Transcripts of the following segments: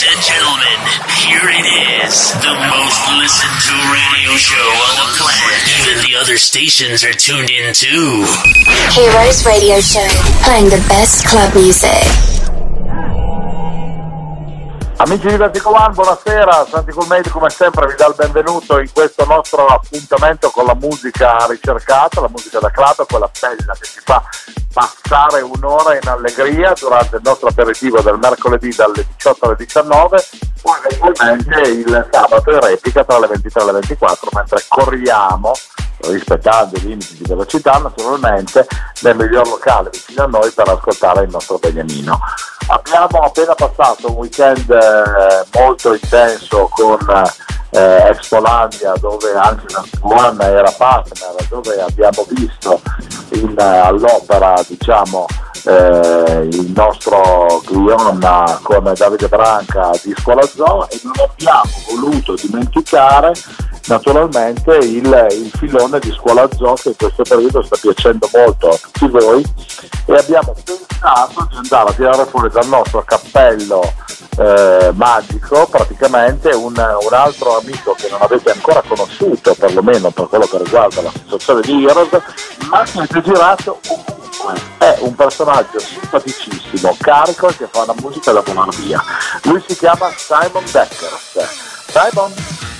Ladies and gentlemen, here it is, the most listened to radio show on the planet. Even the other stations are tuned in too. Heroes Radio Show, playing the best club music. Amici di Vertigo One, buonasera, Santi Colmeidi come sempre vi dà il benvenuto in questo nostro appuntamento con la musica ricercata, la musica da club, quella bella che ci fa passare un'ora in allegria durante il nostro aperitivo del mercoledì dalle 18 alle 19, poi eventualmente il sabato in replica tra le 23 e le 24, mentre corriamo, rispettando i limiti di velocità naturalmente, nel miglior locale vicino a noi per ascoltare il nostro Beniamino. Abbiamo appena passato un weekend molto intenso con Expolandia, dove anche la One era partner, dove abbiamo visto all'opera il nostro Glionna con Davide Branca di Scuola Zoo, e non abbiamo voluto dimenticare naturalmente il filone di Scuola Zoo che in questo periodo sta piacendo molto a tutti voi, e abbiamo pensato di andare a tirare fuori dal nostro cappello magico praticamente un altro amico che non avete ancora conosciuto, perlomeno per quello che riguarda la situazione di Heroes, ma che è girato ovunque. È un personaggio simpaticissimo, carico, che fa una musica da buona via. Lui si chiama Simon Deckers. Simon?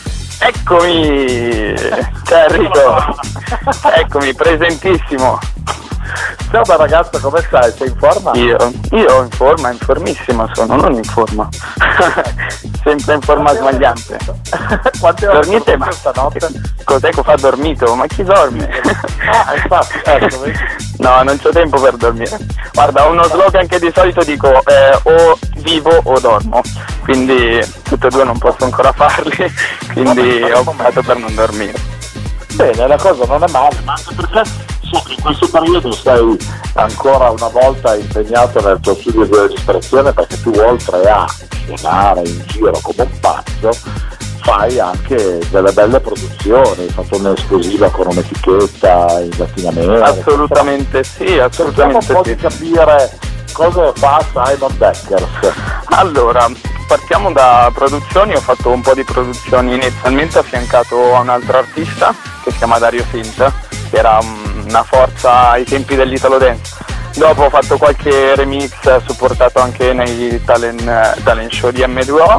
Eccomi, ciao Enrico, eccomi, presentissimo. Ciao bel ragazzo, come stai? Sei in forma? Io in forma, informissimo sono, non in forma. Sempre in forma sbagliante. Quante ore dormite, ma stanotte? Cos'è che fa dormito? Ma chi dorme? Infatti, ecco, No, non c'ho tempo per dormire. Guarda, ho uno slogan che di solito dico o vivo o dormo, quindi tutte e due non posso ancora farli, quindi ho optato per non dormire. Bene, la cosa non è male, ma anche perché so che in questo periodo sei ancora una volta impegnato nel tuo studio di registrazione, perché tu oltre a suonare in giro come un pazzo fai anche delle belle produzioni, hai fatto un'esclusiva con un'etichetta in Latina America. Assolutamente sì, assolutamente cerchiamo un po' di capire cosa fa Simon Deckers. Allora, partiamo da produzioni. Ho fatto un po' di produzioni inizialmente affiancato a un altro artista che si chiama Dario Finta, che era una forza ai tempi dell'Italo Dance. Dopo ho fatto qualche remix supportato anche nei talent show di M2O,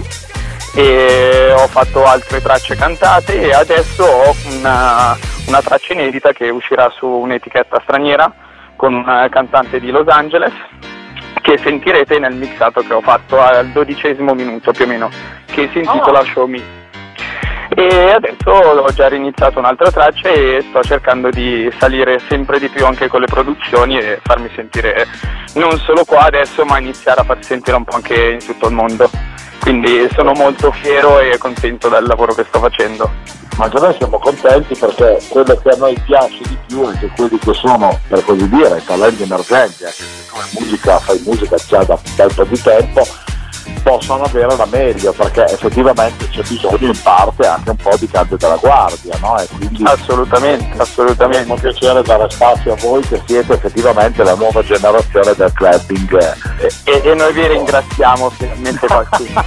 e ho fatto altre tracce cantate, e adesso ho una traccia inedita che uscirà su un'etichetta straniera con un cantante di Los Angeles, che sentirete nel mixato che ho fatto al 12° minuto più o meno, che si intitola Show Me. E adesso ho già riniziato un'altra traccia e sto cercando di salire sempre di più anche con le produzioni e farmi sentire non solo qua adesso, ma iniziare a farsi sentire un po' anche in tutto il mondo. Quindi sono molto fiero e contento del lavoro che sto facendo. Ma già noi siamo contenti, perché quello che a noi piace di più è che quelli che sono, per così dire, talenti emergenti, anche se come fai musica già da un po' di tempo, possano avere la meglio, perché effettivamente c'è bisogno in parte anche un po' di cambio della guardia, no? E quindi assolutamente. È un piacere dare spazio a voi che siete effettivamente la nuova generazione del clubbing. E noi vi ringraziamo finalmente qualcuno.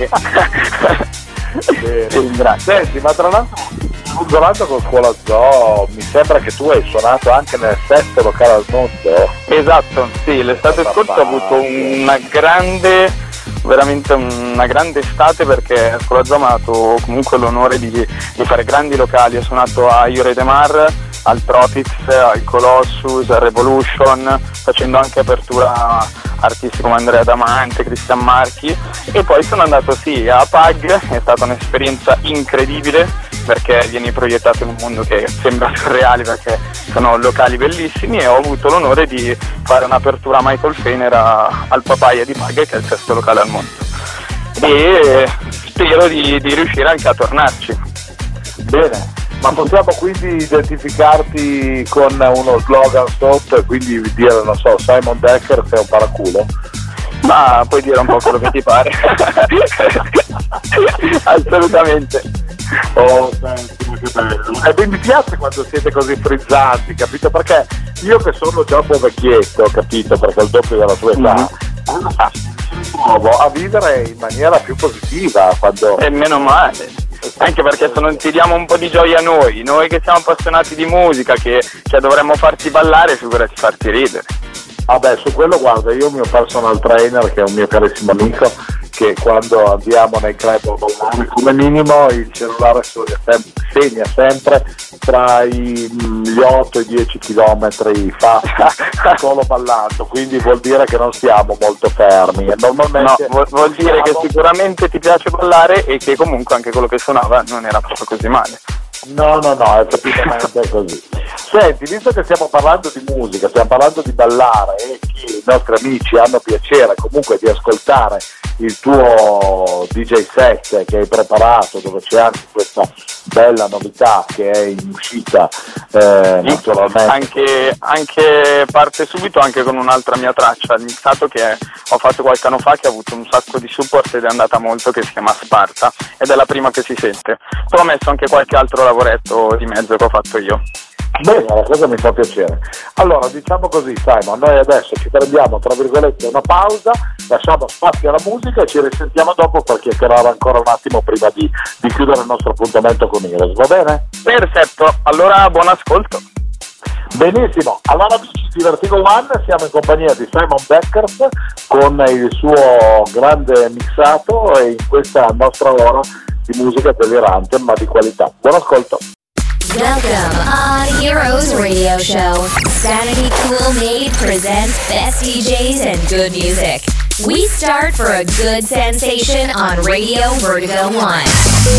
Ti ringrazio. Senti, ma tra l'altro con Scuola Zoo mi sembra che tu hai suonato anche nel sesto locale al mondo. Esatto, sì, l'estate scorsa ho avuto veramente una grande estate, perché Scuola Zoo mi ha dato comunque l'onore di fare grandi locali. Ho suonato a Iore de Mar, al Tropics, al Colossus, al Revolution, facendo anche apertura artisti come Andrea Damante, Cristian Marchi, e poi sono andato a Pag. È stata un'esperienza incredibile, perché vieni proiettato in un mondo che sembra surreale, perché sono locali bellissimi, e ho avuto l'onore di fare un'apertura a Michael Feiner al Papaya di Pag, che è il sesto locale al mondo, e spero di riuscire anche a tornarci. Bene, ma possiamo quindi identificarti con uno slogan sotto e quindi dire, non so, Simon Deckers è un paraculo? Ma puoi dire un po' quello che ti pare. Assolutamente. Oh, senti, che bello. E mi piace quando siete così frizzanti, capito? Perché io che sono già un po' vecchietto, capito? Perché ho il doppio della tua età, provo a vivere in maniera più positiva quando... E meno male, anche perché se non ti diamo un po' di gioia noi che siamo appassionati di musica, che dovremmo farti ballare, figurati farti ridere. Vabbè, su quello guarda, io ho il mio personal trainer che è un mio carissimo amico, che quando andiamo nei club a ballare come minimo il cellulare segna sempre tra gli 8 e i 10 chilometri fa solo ballando, quindi vuol dire che non stiamo molto fermi e normalmente vuol dire che sicuramente ti piace ballare e che comunque anche quello che suonava non era proprio così male. No, è effettivamente così. Senti, visto che stiamo parlando di musica, stiamo parlando di ballare e che i nostri amici hanno piacere comunque di ascoltare il tuo DJ set che hai preparato, dove c'è anche questa bella novità che è in uscita, naturalmente. Anche parte subito anche con un'altra mia traccia, il mixato che ho fatto qualche anno fa, che ha avuto un sacco di support ed è andata molto, che si chiama Sparta, ed è la prima che si sente. Poi ho messo anche qualche altro lavoretto di mezzo che ho fatto io. Bene, la cosa mi fa piacere. Allora, diciamo così, Simon, noi adesso ci prendiamo, tra virgolette, una pausa, lasciamo spazio alla musica e ci risentiamo dopo per chiacchierare ancora un attimo prima di chiudere il nostro appuntamento con Iris, va bene? Perfetto, allora buon ascolto. Benissimo, allora amici di Vertigo One, siamo in compagnia di Simon Beckers con il suo grande mixato e in questa nostra ora di musica delirante ma di qualità. Buon ascolto. Welcome on Heroes Radio Show. Sanity Cool Made presents best DJs and good music. We start for a good sensation on Radio Vertigo One.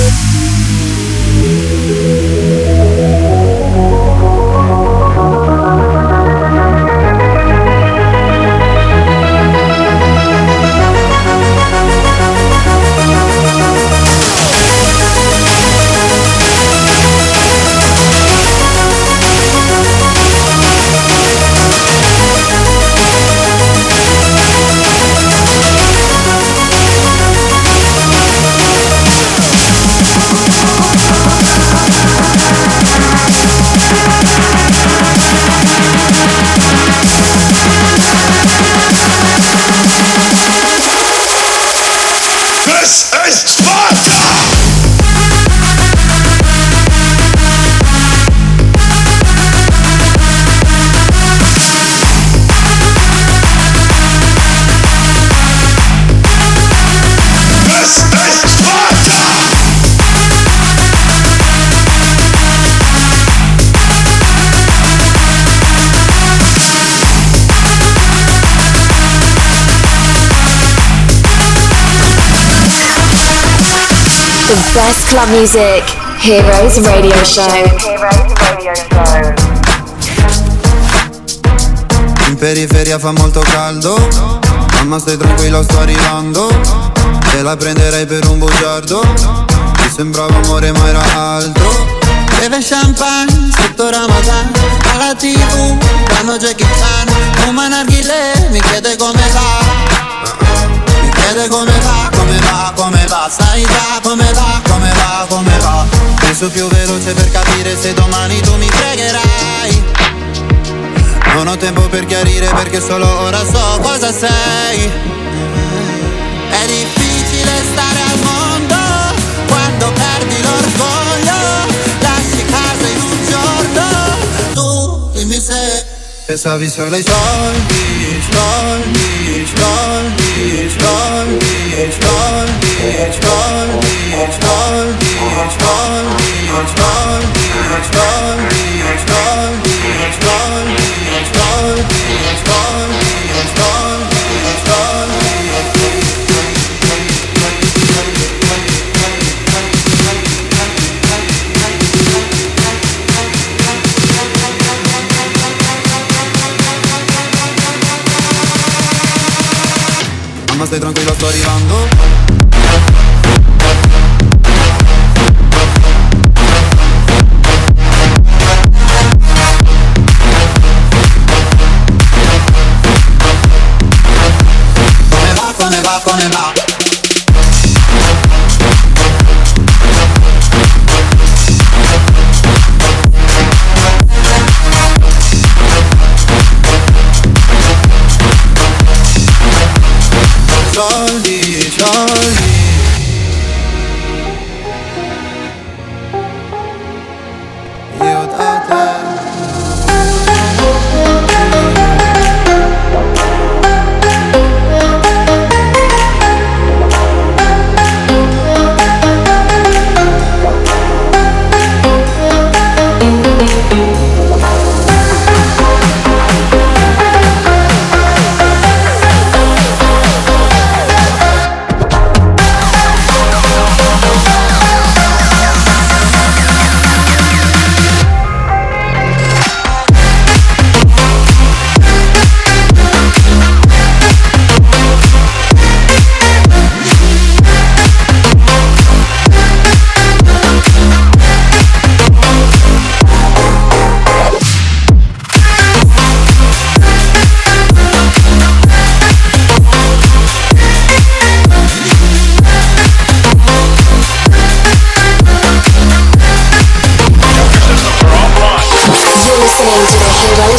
The best club music, Heroes Radio Show. In periferia fa molto caldo, mamma stai tranquilla sto arrivando, te la prenderei per un bugiardo, ti sembrava amore ma era altro. Beve champagne sotto Ramadan, alla TV danno Jackie Chan, fuma narghile, mi chiede come va. Mi chiede come va, sai già come va. Penso più veloce per capire se domani tu mi fregherai. Non ho tempo per chiarire perché solo ora so cosa sei. È difficile stare al mondo quando perdi l'orgoglio, lasci casa in un giorno. Tu dimmi se pensavi solo ai soldi. Mamma stai tranquilla sto arrivando. Come va?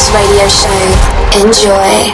Heroes Radio Show. Enjoy.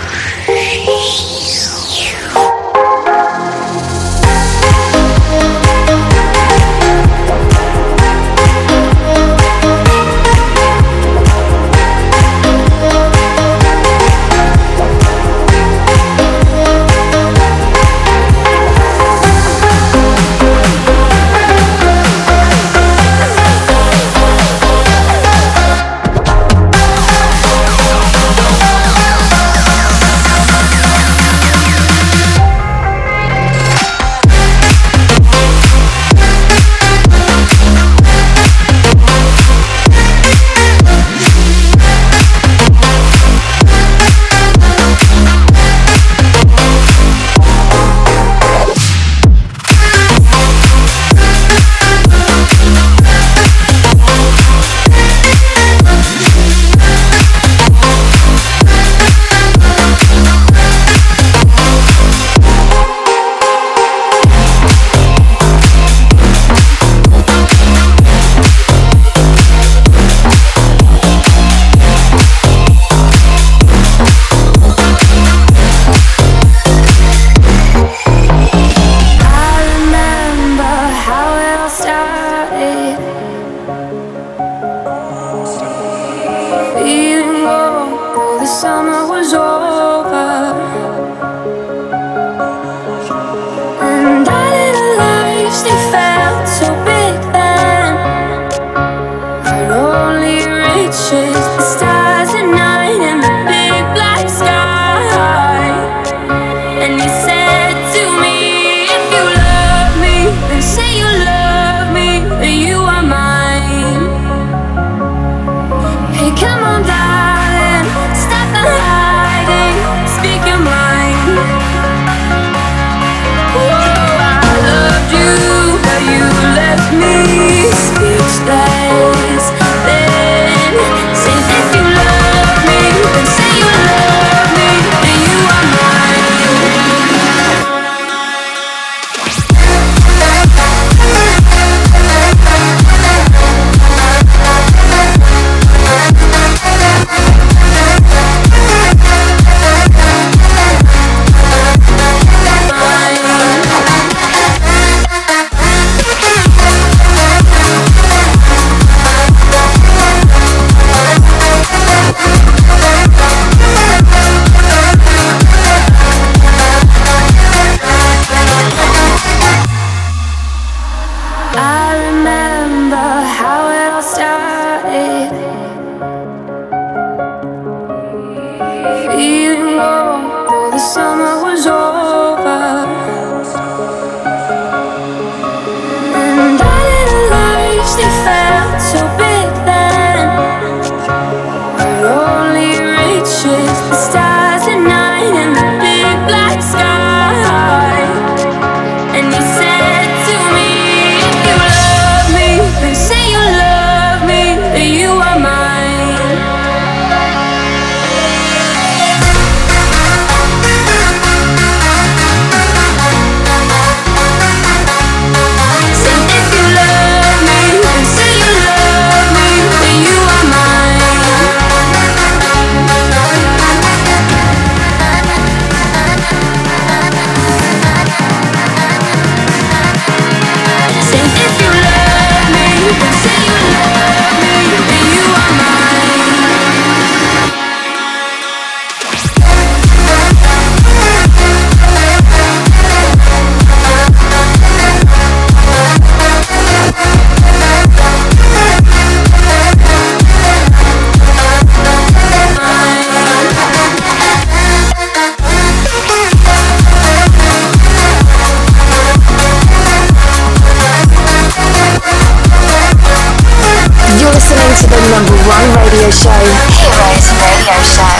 to the #1 radio show, Heroes Radio Show.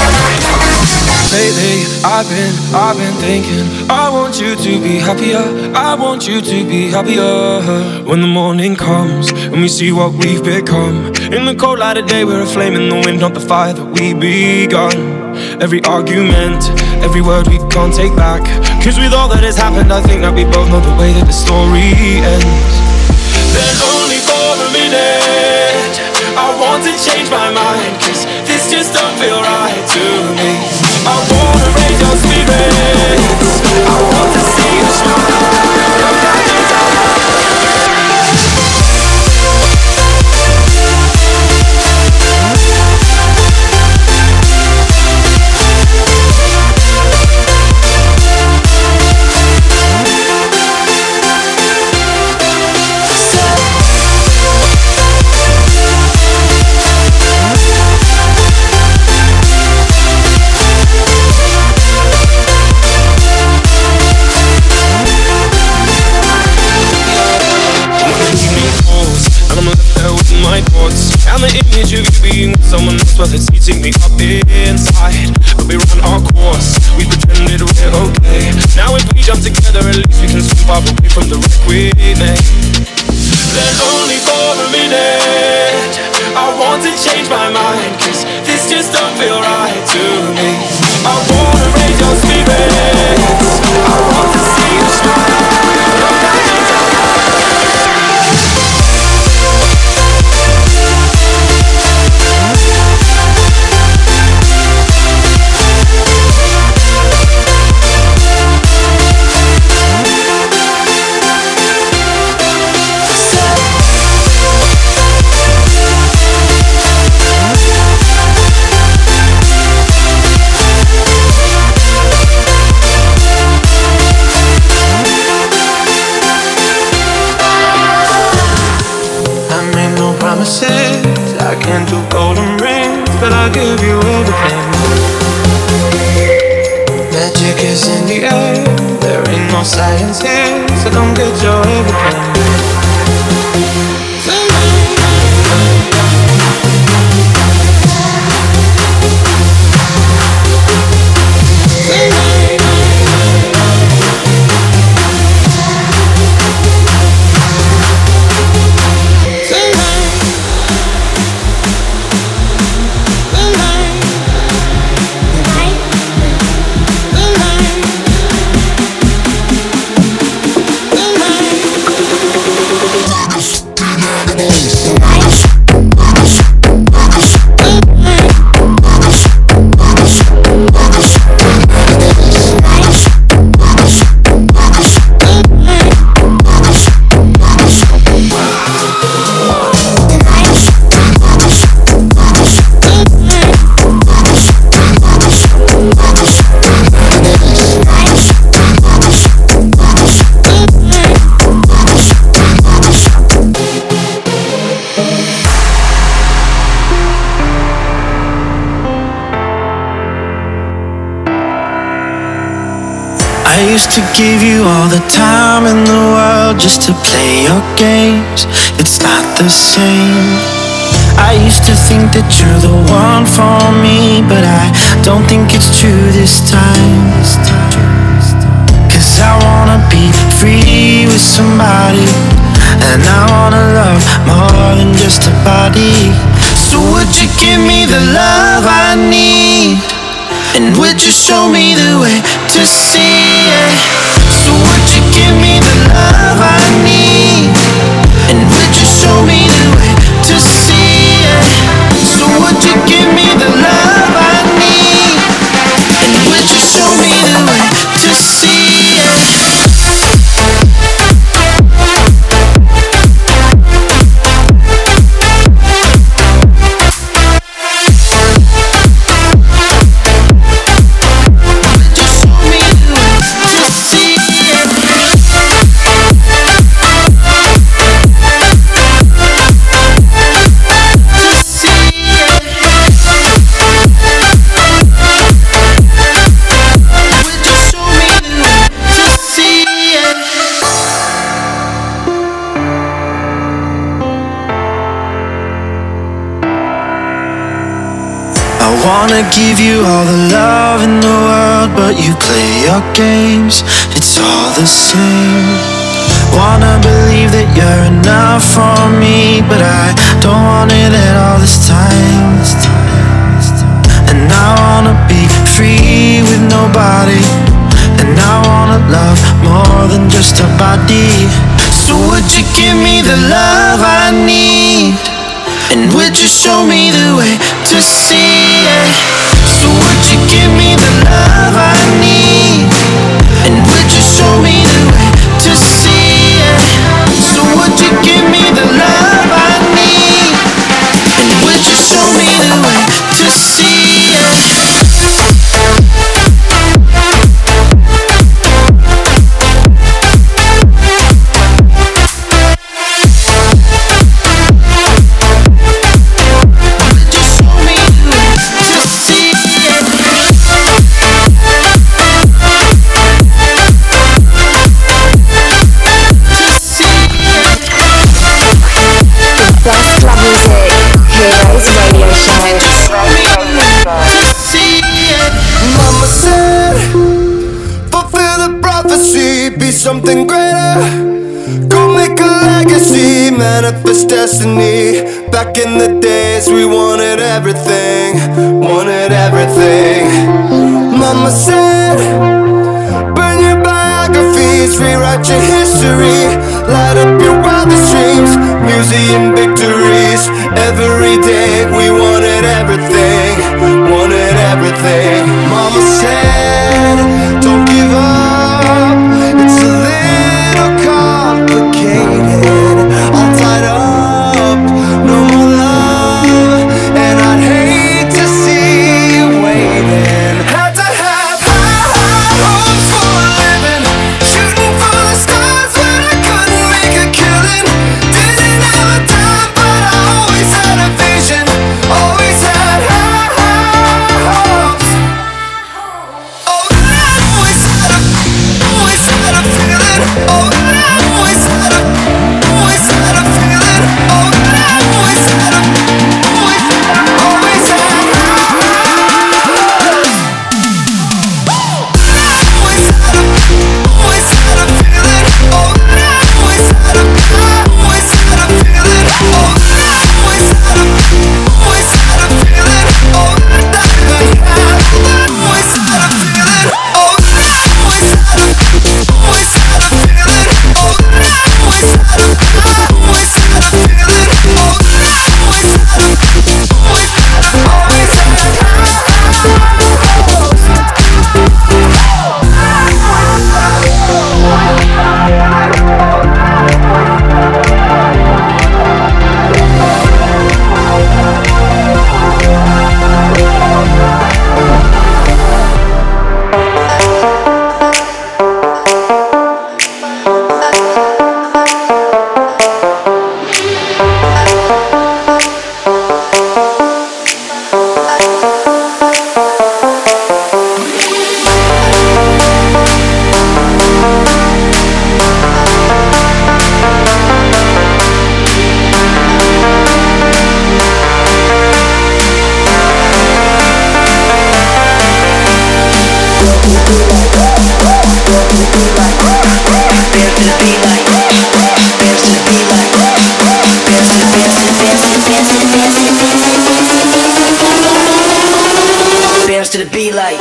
Lately, I've been thinking, I want you to be happier, I want you to be happier. When the morning comes and we see what we've become, in the cold light of day we're a flame in the wind, not the fire that we begun. Every argument, every word we can't take back, 'cause with all that has happened I think that we both know the way that the story ends. Then only for a minute I want to change my mind, 'cause this just don't feel right to me. I wanna raise your spirits, I want to see you smile. And the image of you being with someone else, well, it's eating me up inside. But we run our course, we pretended we're okay. Now if we jump together, at least we can swim far away from the wreck we made. Then only for a minute, I want to change my mind, cause this just don't feel right to me. I wanna raise your spirits, I want to see you smile. I can't do golden rings, but I'll give you everything. Magic is in the air, there ain't no science here, so don't get your everything. I used to give you all the time in the world just to play your games. It's not the same. I used to think that you're the one for me, but I don't think it's true this time. Cause I wanna be free with somebody, and I wanna love more than just a body. So would you give me the love I need? And would you show me the way to see it? So would you give me the love I need? And would you show me the way to see it? So would you give me the love I need? And would you show me the way to see it? Wanna give you all the love in the world, but you play your games, it's all the same. Wanna believe that you're enough for me, but I don't want it at all this time. And I wanna be free with nobody, and I wanna love more than just a body. So would you give me the love I need? And would you show me the way to see it? So would you give me the love I need? And would you show me the way to see it? So would you give me the love I need? And would you show me the way to see it? Best club music, Heroes Radio Show. Mama said, fulfill the prophecy, be something greater. Go make a legacy, manifest destiny. Back in the days we wanted everything, wanted everything. Mama said, burn your biographies, rewrite your history. Light up your wildest dreams, museum victories. Every day we wanted everything, wanted everything. Mama said, don't give up, it's a little complicated. All tied up, no more love, and I'd hate to see you waiting. Had to have high hopes for a living, shooting for the stars when I couldn't make a killing. Didn't have a time, but I always had a vision, always had high hopes. Oh, I always had a feeling. Oh, I always had a feeling. Oh, I always had a always had high hopes. Always had a feeling. Oh, I always had a feeling. Oh, I always had a feeling. Oh, I always had a feeling. Oh, I always had a feeling. Oh, I always had a feeling. Oh, Bounce to the beat like.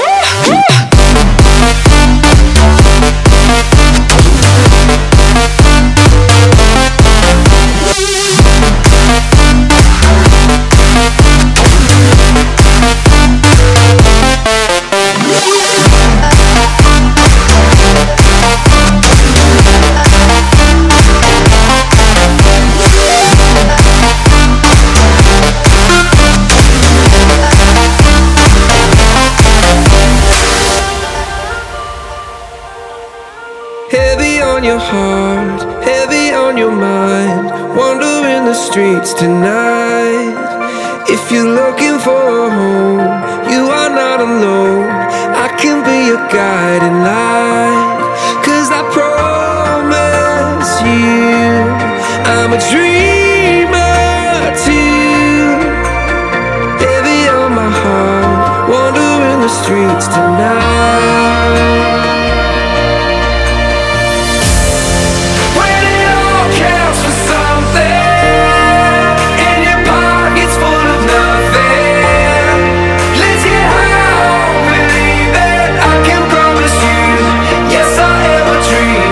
Heavy on your heart, heavy on your mind. Wandering the streets tonight. If you're looking for a home, you are not alone. I can be your guiding light. 'Cause I promise you, I'm a dreamer too. Heavy on my heart, wandering the streets tonight. Dream.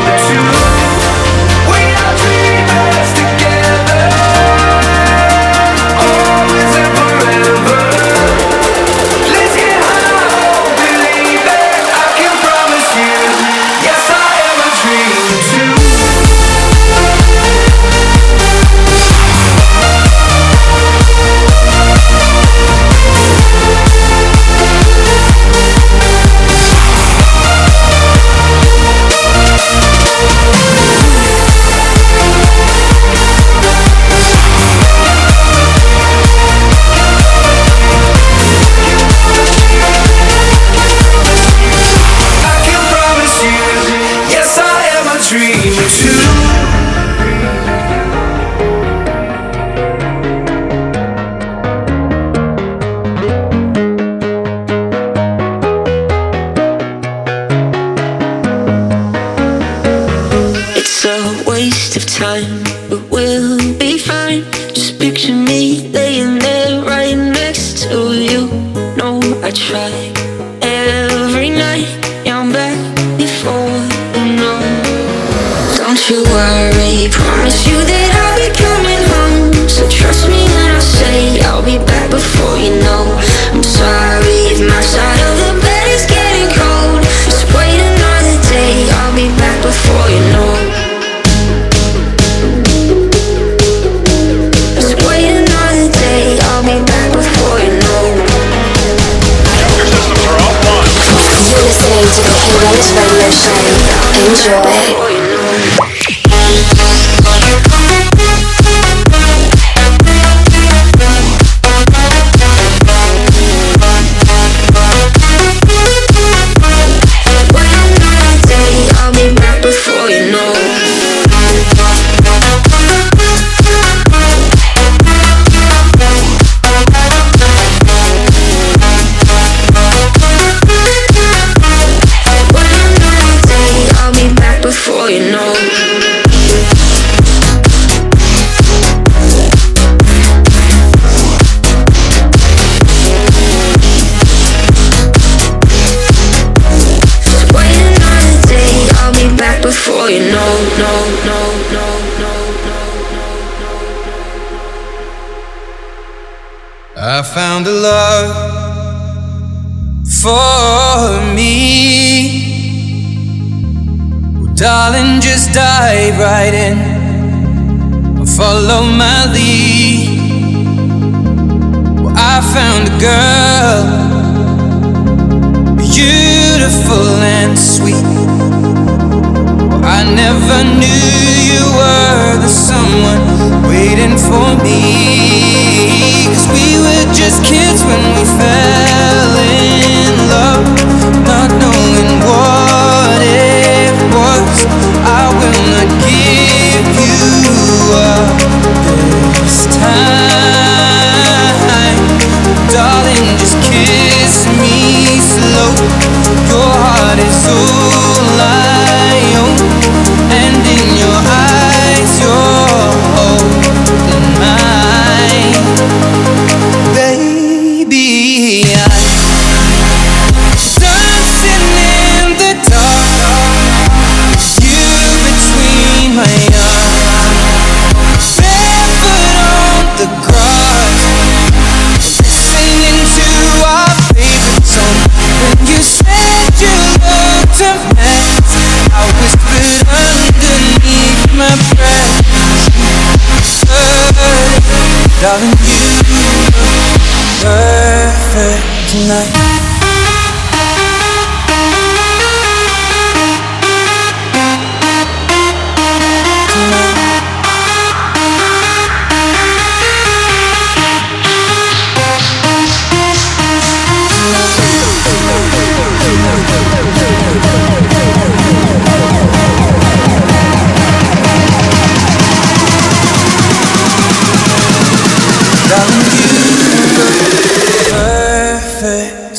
It's a waste of time, but we'll be fine. Just picture me laying there right next to you. No, I try every night. Yeah, I'm back before you know. Don't you worry, promise you that I'll be coming home. So trust me when I say I'll be back before you know. I'm sorry if my side of the bed is getting cold. Just wait another day, I'll be back before you know. Listening to the Heroes Radio Show. Enjoy. I found a love for me. Well, darling, just dive right in. Follow my lead. Well, I found a girl, beautiful and sweet. Well, I never knew you were the someone waiting for me. 'Cause we were just kids when we fell in love, not knowing what it was. I will not give you up this time. Darling, just kiss me slow. Your heart is all I own, and in your eyes you're holding mine. Baby, I'm dancing in the dark, you between my arms, barefoot on the grass, singing to our favorite song. When you said you looked a mess, I whispered underneath my breath, darling, you look perfect tonight. Darling, you look perfect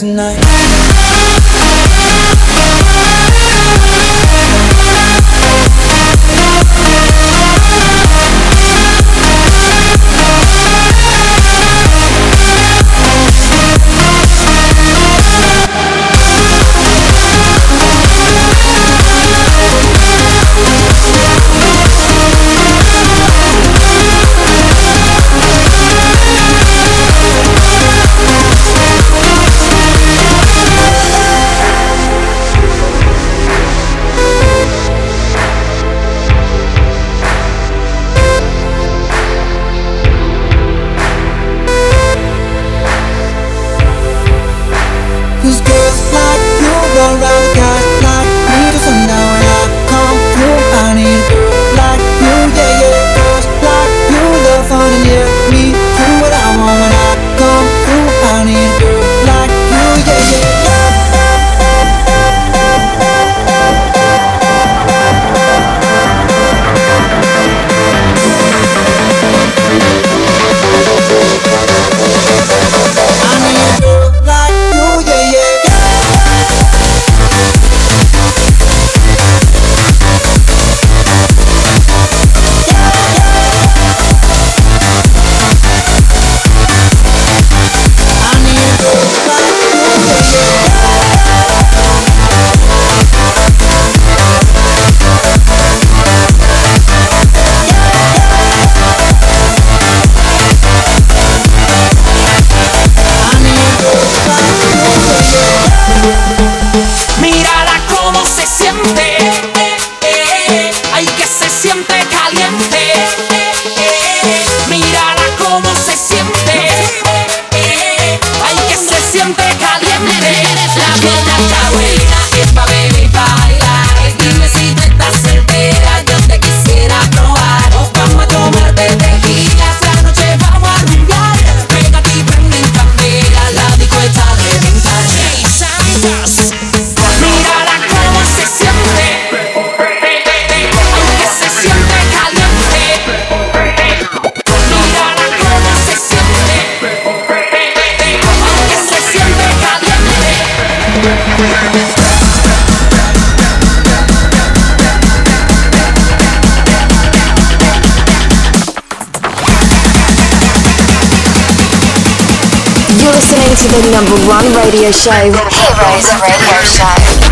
to the #1 radio show, Heroes Radio Show.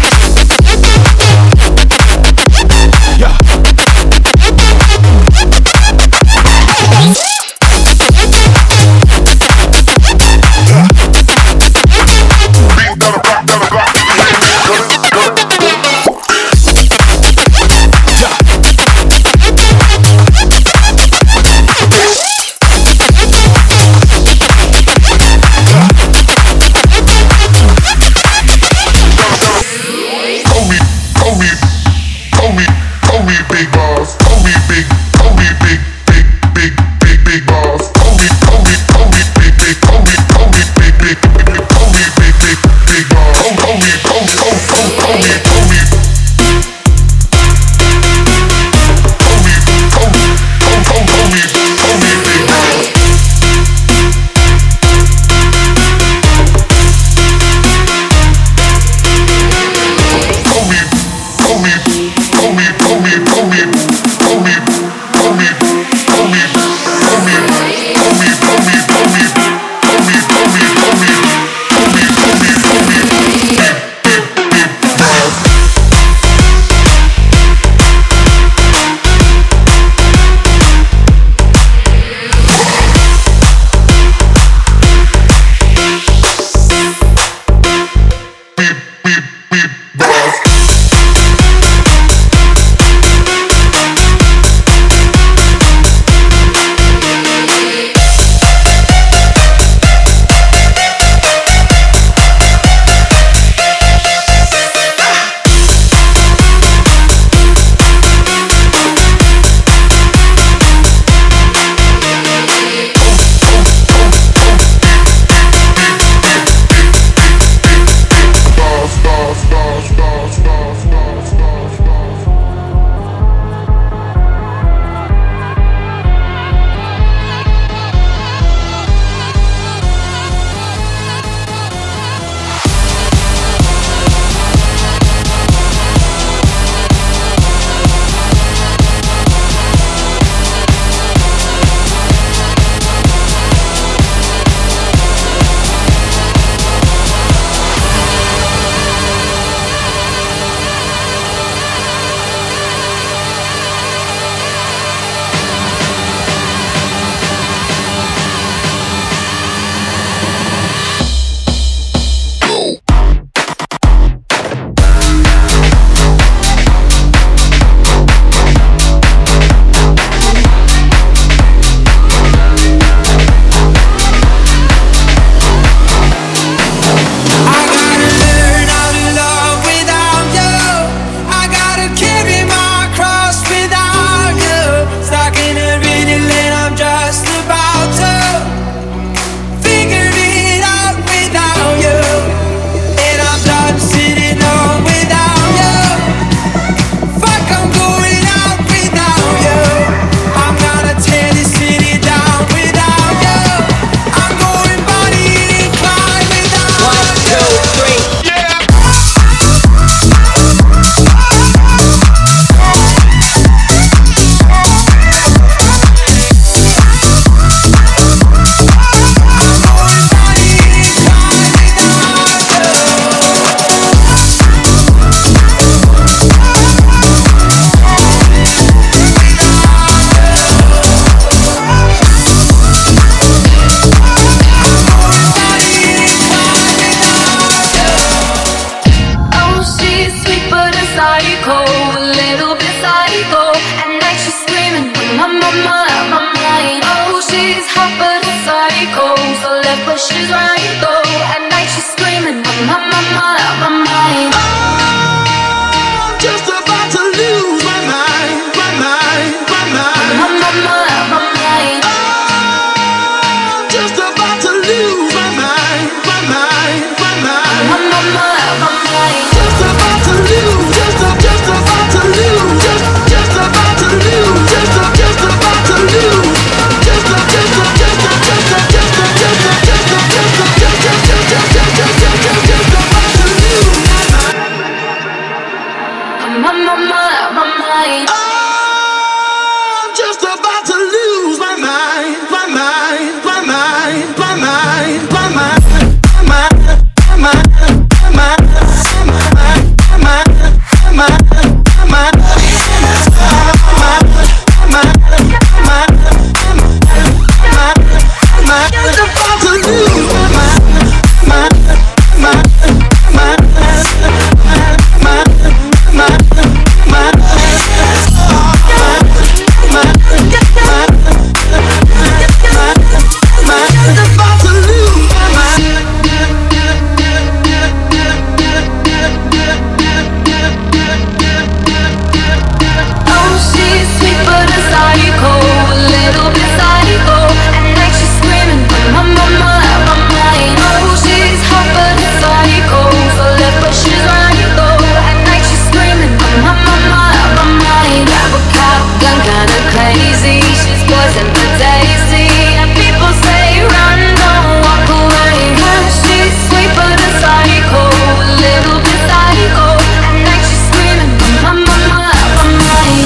Just psycho, a little bit psycho. At night she's screaming, my mama, my mind. Oh, she's hot but a psycho, so left but she's right though. At night she's screaming, my mama, my mind. Grab a cop gun, kinda crazy. She's poison for Daisy, and people say run, don't walk away. She's sweet but a psycho, a little bit psycho. At night she's screaming, my mama, my mind.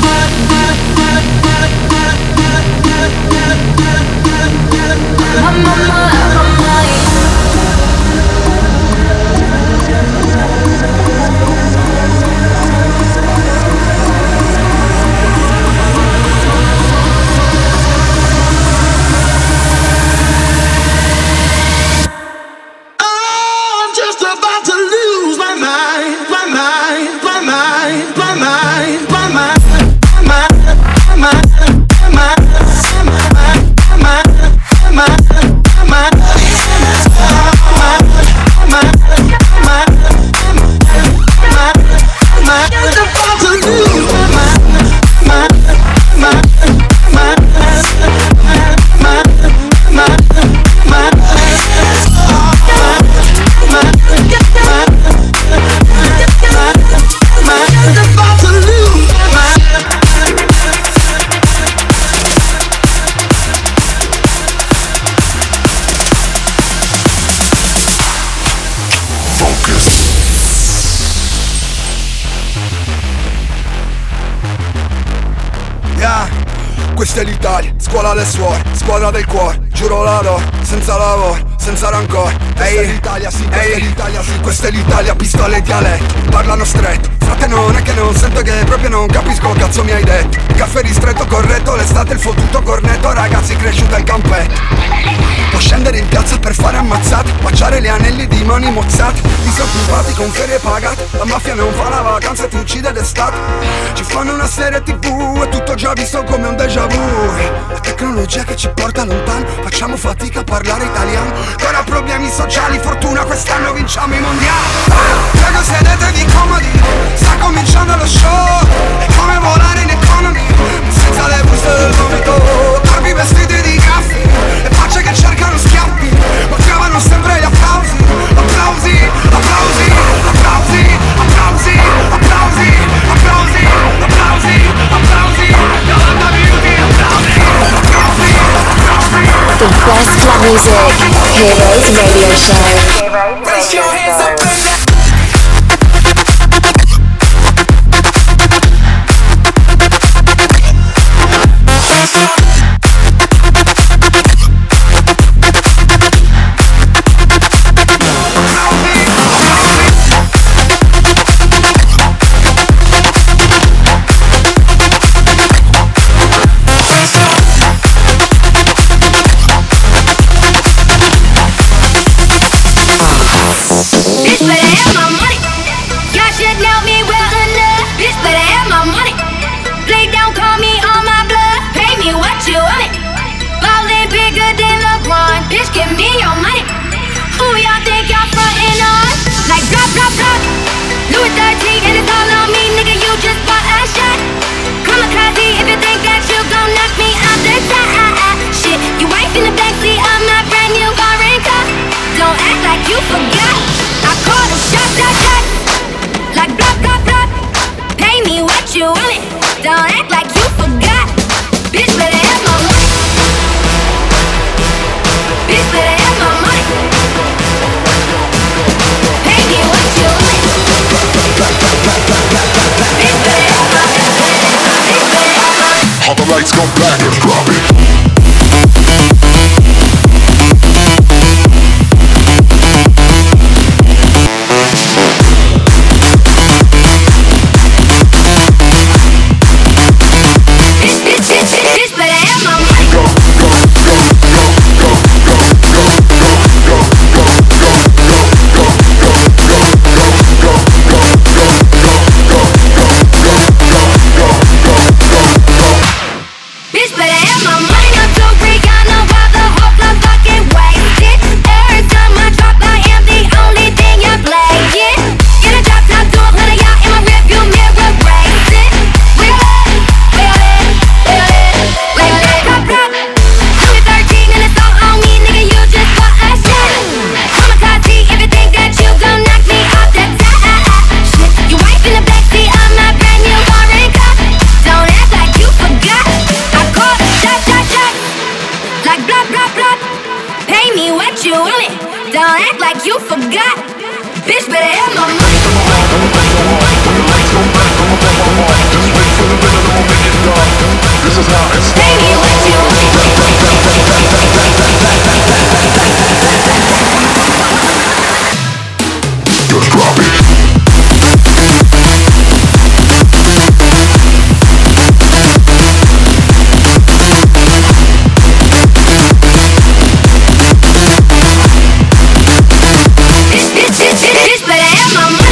My mama, my mind. I'm just about to lose my mind, my mind, my mind, my mind, my mind, my mind, my mind, my mind, my mind, my mind, just about to lose my mind, Questa è l'Italia, scuola alle suore, squadra del cuore, giuro la do, senza lavoro, senza rancore. Ehi, l'Italia, sì, l'Italia, sì, questa è l'Italia, pistole e dialetto, parlano stretto. Frate non è che non sento che proprio non capisco cazzo mi hai detto. Caffè ristretto corretto, l'estate il fottuto cornetto, ragazzi cresciuto al campetto. Può scendere in piazza per fare ammazzate, baciare gli anelli di mani mozzate. Disoccupati con ferie pagate, la mafia non fa la vacanza e ti uccide d'estate. Ci fanno una serie TV e tutto già visto come un déjà vu. La tecnologia che ci porta lontano, facciamo fatica a parlare italiano. Ancora problemi sociali, fortuna quest'anno vinciamo i mondiali. Prego sedetevi comodi, sta cominciando lo show. È come volare in economy, senza le buste del vomito. Corpi vestiti di graffi e facce che cercano schiaffi, ma trovano sempre gli applausi. Applausi, applausi, applausi, applausi, applausi, applausi, applausi, applausi. Yolanda Beauty, applausi, applausi, applausi. The best club music, Heroes Radio Show. Raise your hands up in the Bitch better have my money. Y'all should know me well enough. Bitch better have my money. Play down, call me on my bluff. Pay me what you want it. Ballin' bigger than LeBron. Bitch, give me your money. Who y'all think y'all frontin' on? Like drop, drop, drop. Louis 13 and it's all on me, nigga. You just bought a shot. Kamikaze if you think that you gon' knock me out the top. Shit, you ain't finna backseat of my brand new foreign car. Don't act like you forgot. I call them shot, shot, shot. Like blah, blah, blah. Pay me what you want it. Don't act like you forgot. Bitch better have my money. Bitch better have my money. Pay me what you want it. Bitch better have my money. Bitch better have my money. All the lights go black and drop it. Bitch better have my money. Bitch better have my money. Don't act like you forgot. Bitch, better have my money. This is how it's Pay me what you want. Just drop it. Bitch, better have my money.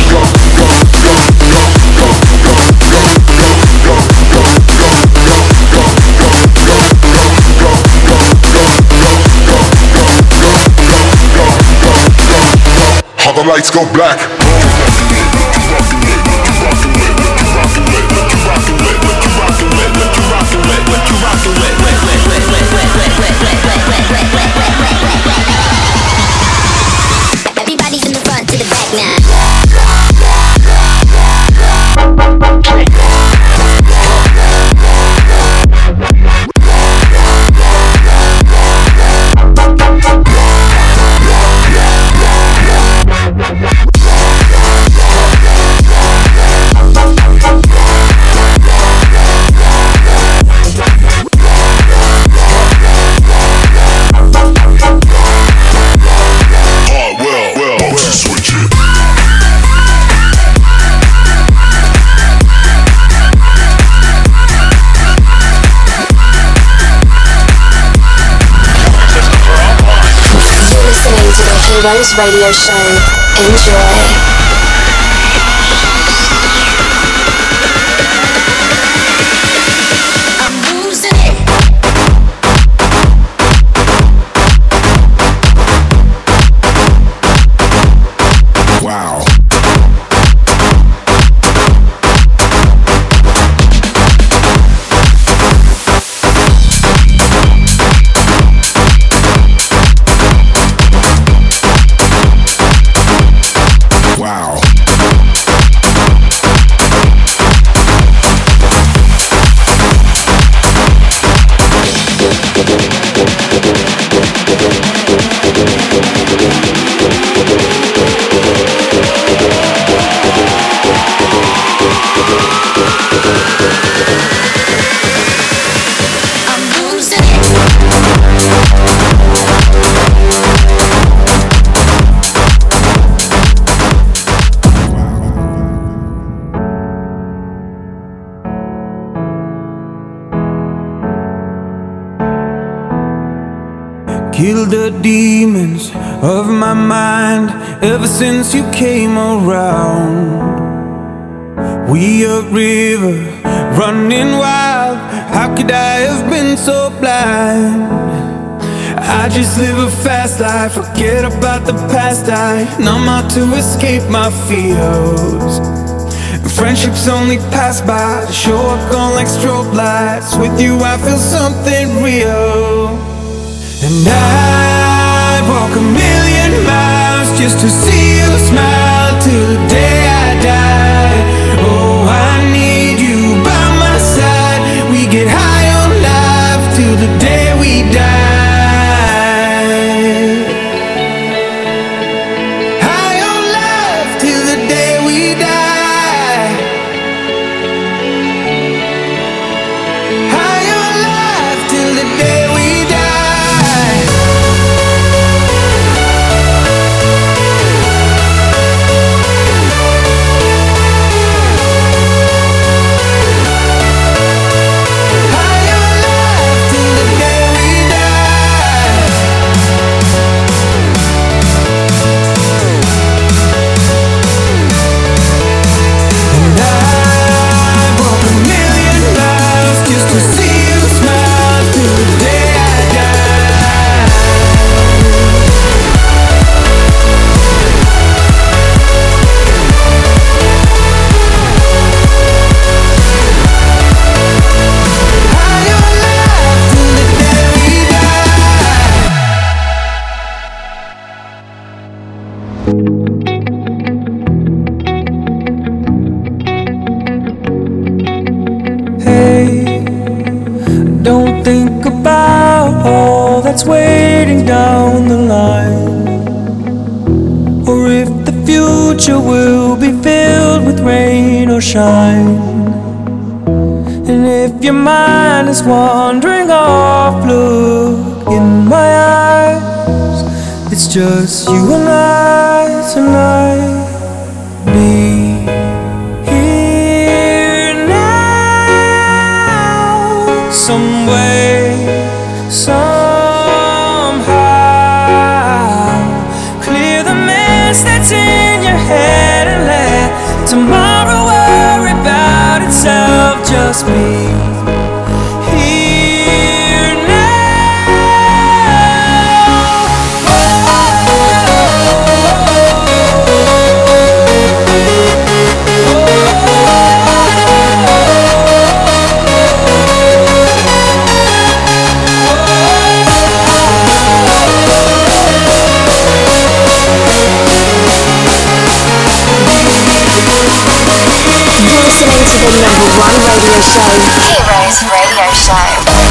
How the lights go black. Everybody's in the front to the back now. Heroes Radio Show. Enjoy. Kill the demons of my mind ever since you came around. We a river running wild. How could I have been so blind? I just live a fast life, forget about the past. I numb out to escape my fears. Friendships only pass by, show up gone like strobe lights. With you I feel something real. And I walk a million miles just to see you smile till the day I die. Oh, I need you by my side. We get high on life till the day we die. High on life till the day we die. High on life till the day we die. Don't think about all that's waiting down the line. future will be filled with rain or shine. And if your mind is wandering off, look in my eyes. It's just you and I tonight. Be here now, some way, somehow. Clear the mess that's in your head and let tomorrow worry about itself. Just be here now. Listening to the #1 radio show, Heroes Radio Show.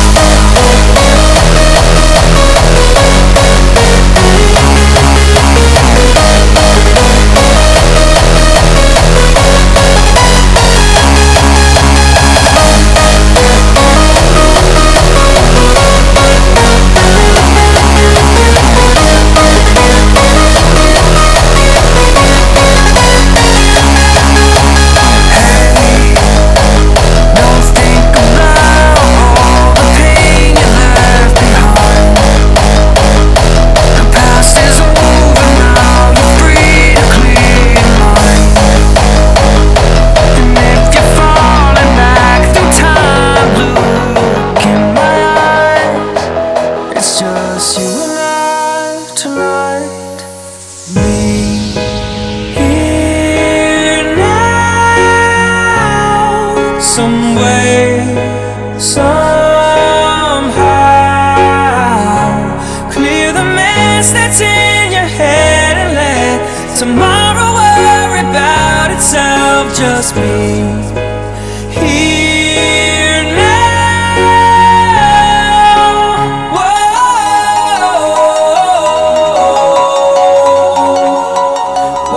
Just be here now. Whoa,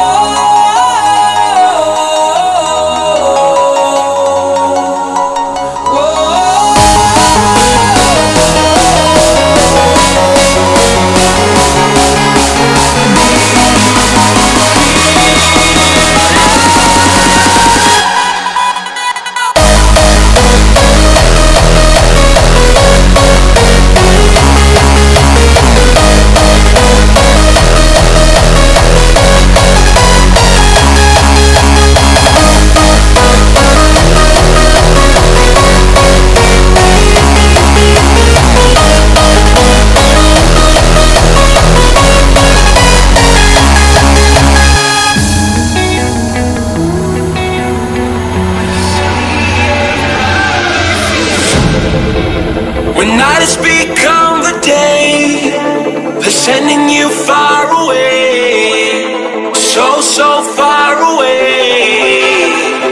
When night has become the day, they're sending you far away, so, so far away.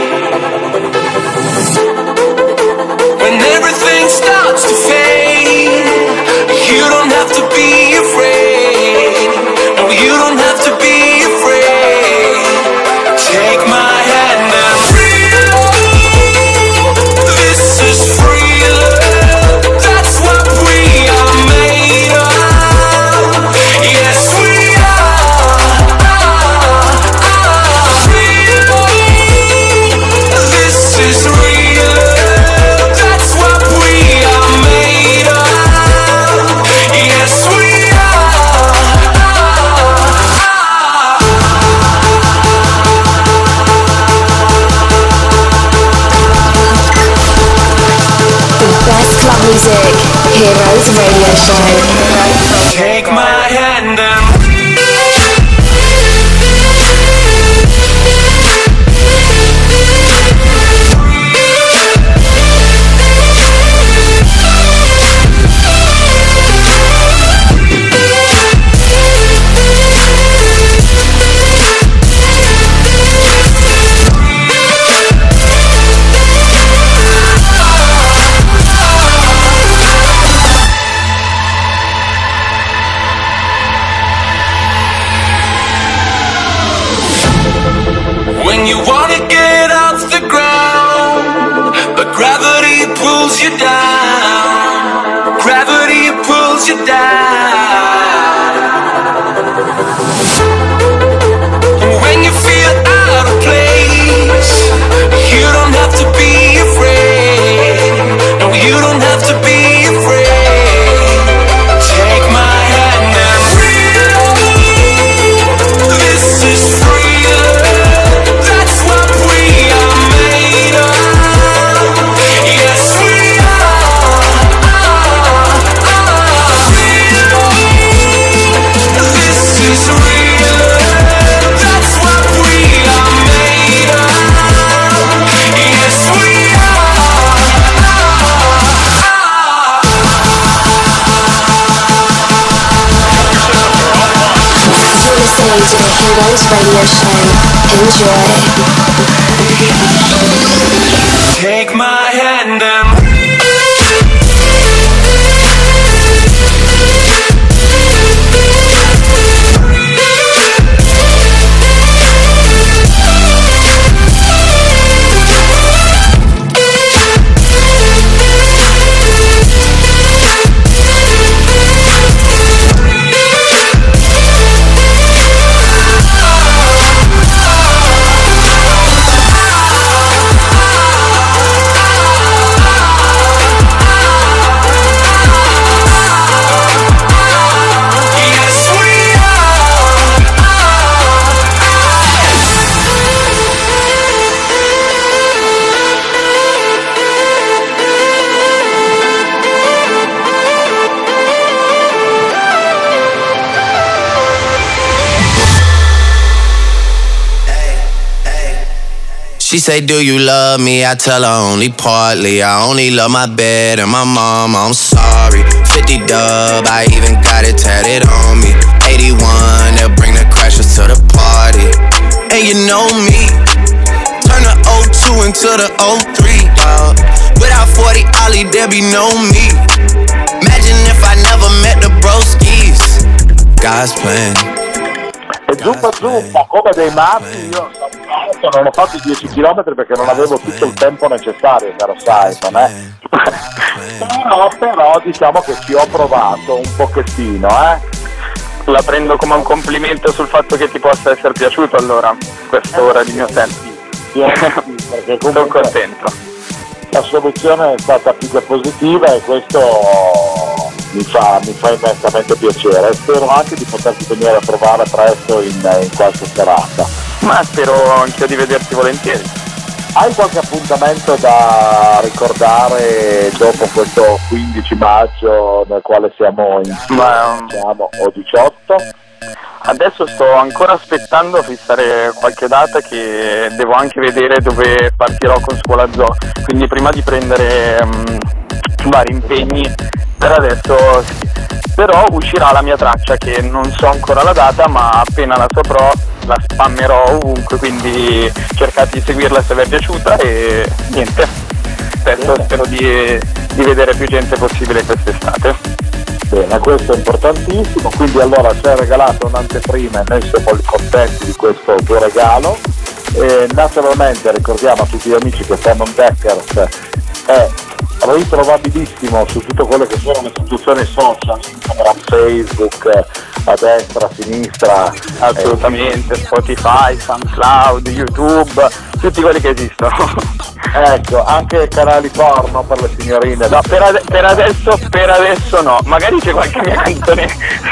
When everything starts to fade, you don't have to be afraid. No, you don't have to be afraid. Take my hand and real. This is free love. That's what we are made of. Yes, we are. Real. This is real love. That's what we are made of. Yes, we Best club music, Heroes Radio Show. take my hand and you down. Gravity pulls you down. When you feel out of place, you don't have to be afraid. No, you don't have to be afraid. Take my hand and real. This is freedom. That's what we are made of. Yes, we are. This is real. That's what we are made of. Yes, we are. You're listening to the Heroes Radio Show. Enjoy. Take my hand and She say, do you love me? I tell her only partly. I only love my bed and my mama, I'm sorry. 50 dub, I even got it tatted on me. 81, they'll bring the crashers to the party. And you know me, turn the 02 into the 03, dawg. Without 40 Ollie, there be no me. Imagine if I never met the broskies. God's plan. E zuppa zuppa, come dei matti, io non ho fatto i 10 km perché non avevo tutto il tempo necessario, caro Simon, però diciamo che ci ho provato un pochettino, La prendo come un complimento sul fatto che ti possa essere piaciuto allora, quest'ora di mio tempo. Perché comunque sono contento. La soluzione è stata più che positiva e questo mi fa immensamente piacere. Spero anche di poterti venire a trovare presto in qualche serata. Ma spero anch'io di vederti volentieri. Hai qualche appuntamento da ricordare dopo questo 15 maggio nel quale siamo insieme, o 18? Adesso sto ancora aspettando a fissare qualche data che devo anche vedere dove partirò con Scuola Zoo, quindi prima di prendere vari impegni per adesso sì. Però uscirà la mia traccia che non so ancora la data, ma appena la saprò la spammerò ovunque, quindi cercate di seguirla se vi è piaciuta e niente, spero di vedere più gente possibile quest'estate. Bene, questo è importantissimo, quindi allora ci hai regalato un'anteprima e noi siamo contenti di questo tuo regalo. E naturalmente ricordiamo a tutti gli amici che Simon Deckers è ritrovabilissimo su tutto quello che sono le istituzioni social, Instagram, Facebook, a destra, a sinistra. Assolutamente, Spotify, SoundCloud, YouTube, tutti quelli che esistono. Ecco, anche canali porno per le signorine. No, per adesso no, magari c'è qualche mia canzone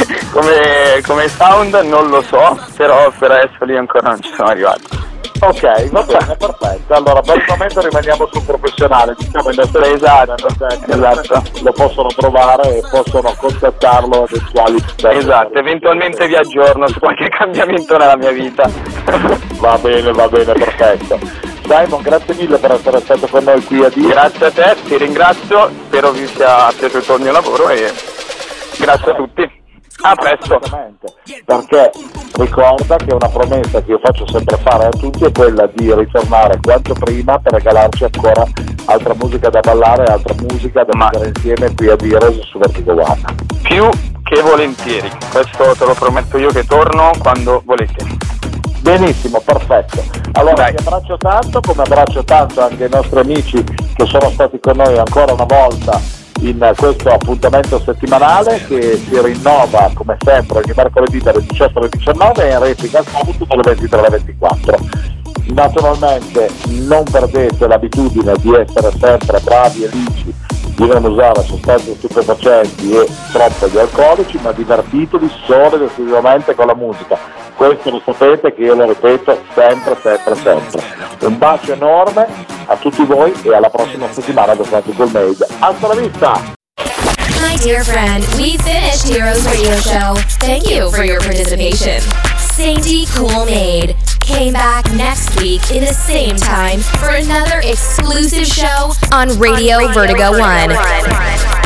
come sound, non lo so, però per adesso lì ancora non ci sono arrivato. Ok, va bene, perfetto. Allora per il momento rimaniamo sul professionale, diciamo in esatto, lo possono trovare e possono contattarlo eventuali. Esatto, eventualmente vi aggiorno su qualche cambiamento nella mia vita. Va bene, perfetto. Simon, grazie mille per essere stato con noi qui a dire. Grazie a te, ti ringrazio, spero vi sia piaciuto il mio lavoro e grazie a tutti. A presto. Perché ricorda che una promessa che io faccio sempre fare a tutti è quella di ritornare quanto prima per regalarci ancora altra musica da ballare, altra musica da mettere insieme qui a Heroes su Vertigo One. Più che volentieri, questo te lo prometto io che torno quando volete. Benissimo, perfetto. Allora ti abbraccio tanto, come abbraccio tanto anche i nostri amici che sono stati con noi ancora una volta in questo appuntamento settimanale che si rinnova come sempre ogni mercoledì dalle 18 alle 19 e in replica al sabato dalle 23 alle 24. Naturalmente non perdete l'abitudine di essere sempre bravi e lici, di non usare sostanze stupefacenti e troppo di alcolici, ma divertitevi solo ed esclusivamente con la musica. Questo lo sapete che io lo ripeto sempre. Un bacio enorme a tutti voi e alla prossima settimana da Santicool Made. Hasta la vista! My dear friend, we finished Heroes Radio Show. Thank you for your participation. Santicool Made came back next week in the same time for another exclusive show on Radio Vertigo 1.